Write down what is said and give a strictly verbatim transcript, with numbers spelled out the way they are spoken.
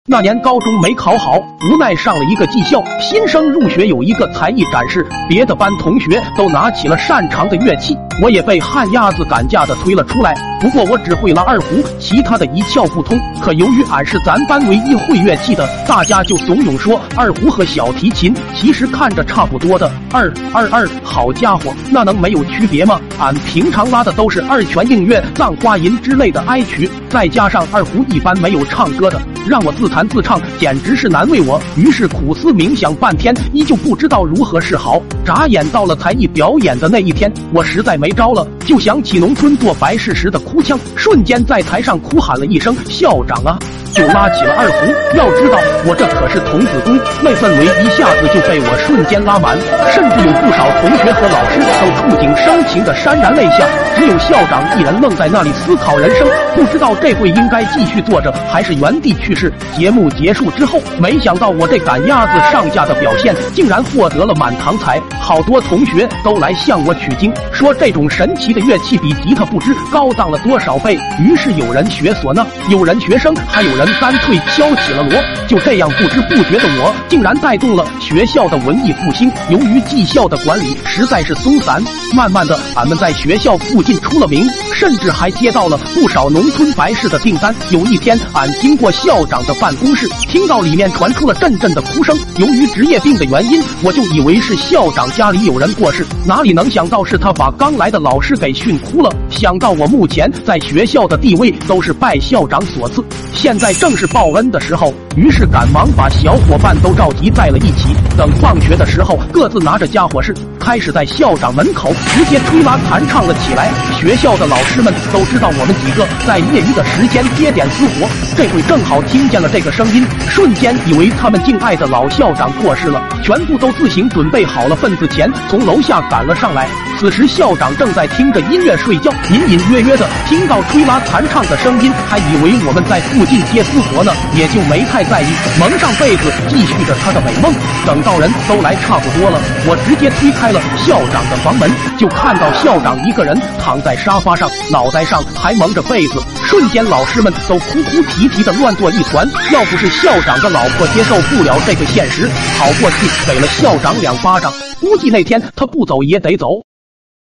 那年高中没考好，无奈上了一个技校，新生入学有一个才艺展示，别的班同学都拿起了擅长的乐器，我也被旱鸭子赶架的推了出来。不过我只会拉二胡，其他的一窍不通。可由于俺是咱班唯一会乐器的，大家就怂恿说二胡和小提琴其实看着差不多的。二二二，好家伙，那能没有区别吗？俺平常拉的都是二泉映月、葬花吟之类的哀曲，再加上二胡一般没有唱歌的，让我自弹自唱简直是难为我。于是苦思冥想半天，依旧不知道如何是好。眨眼到了才艺表演的那一天，我实在没招了，就想起农村做白事时的哭腔，瞬间在台上哭喊了一声校长啊，就拉起了二胡。要知道我这可是童子功，那氛围一下子就被我瞬间拉满，甚至有不少同学和老师都触景生情的潸然泪下，只有校长一人愣在那里思考人生，不知道这回应该继续坐着还是原地去世。节目结束之后，没想到我这赶鸭子上架的表现竟然获得了满堂彩，好多同学都来向我取经，说这种神奇的乐器比吉他不知高档了多少倍。于是有人学唢呐，有人学笙，还有人干脆敲起了锣。就这样不知不觉的我竟然带动了学校的文艺复兴。由于技校的管理实在是松散，慢慢的俺们在学校附近出了名，甚至还接到了不少农村白事的订单。有一天俺经过校长的办公室，听到里面传出了阵阵的哭声。由于职业病的原因，我就以为是校长家里有人过世，哪里能想到是他把刚来的老师给训哭了。想到我目前在学校的地位都是拜校长所赐，现在正是报恩的时候，于是赶忙把小伙伴都召集在了一起。等放学的时候，各自拿着家伙事，开始在校长门口直接吹拉弹唱了起来。学校的老师们都知道我们几个在业余的时间接点私活，这回正好听见了这个声音，瞬间以为他们敬爱的老校长过世了，全部都自行准备好了份子钱，从楼下赶了上来。此时校长正在听着音乐睡觉，隐隐约约的听到吹拉弹唱的声音，还以为我们在附近接私活呢，也就没太在意，蒙上被子继续着他的美梦。等到人都来差不多了，我直接推开了校长的房门，就看到校长一个人躺在沙发上，脑袋上还蒙着被子。瞬间老师们都哭哭啼啼的乱作一团，要不是校长的老婆接受不了这个现实，跑过去给了校长两巴掌，估计那天他不走也得走。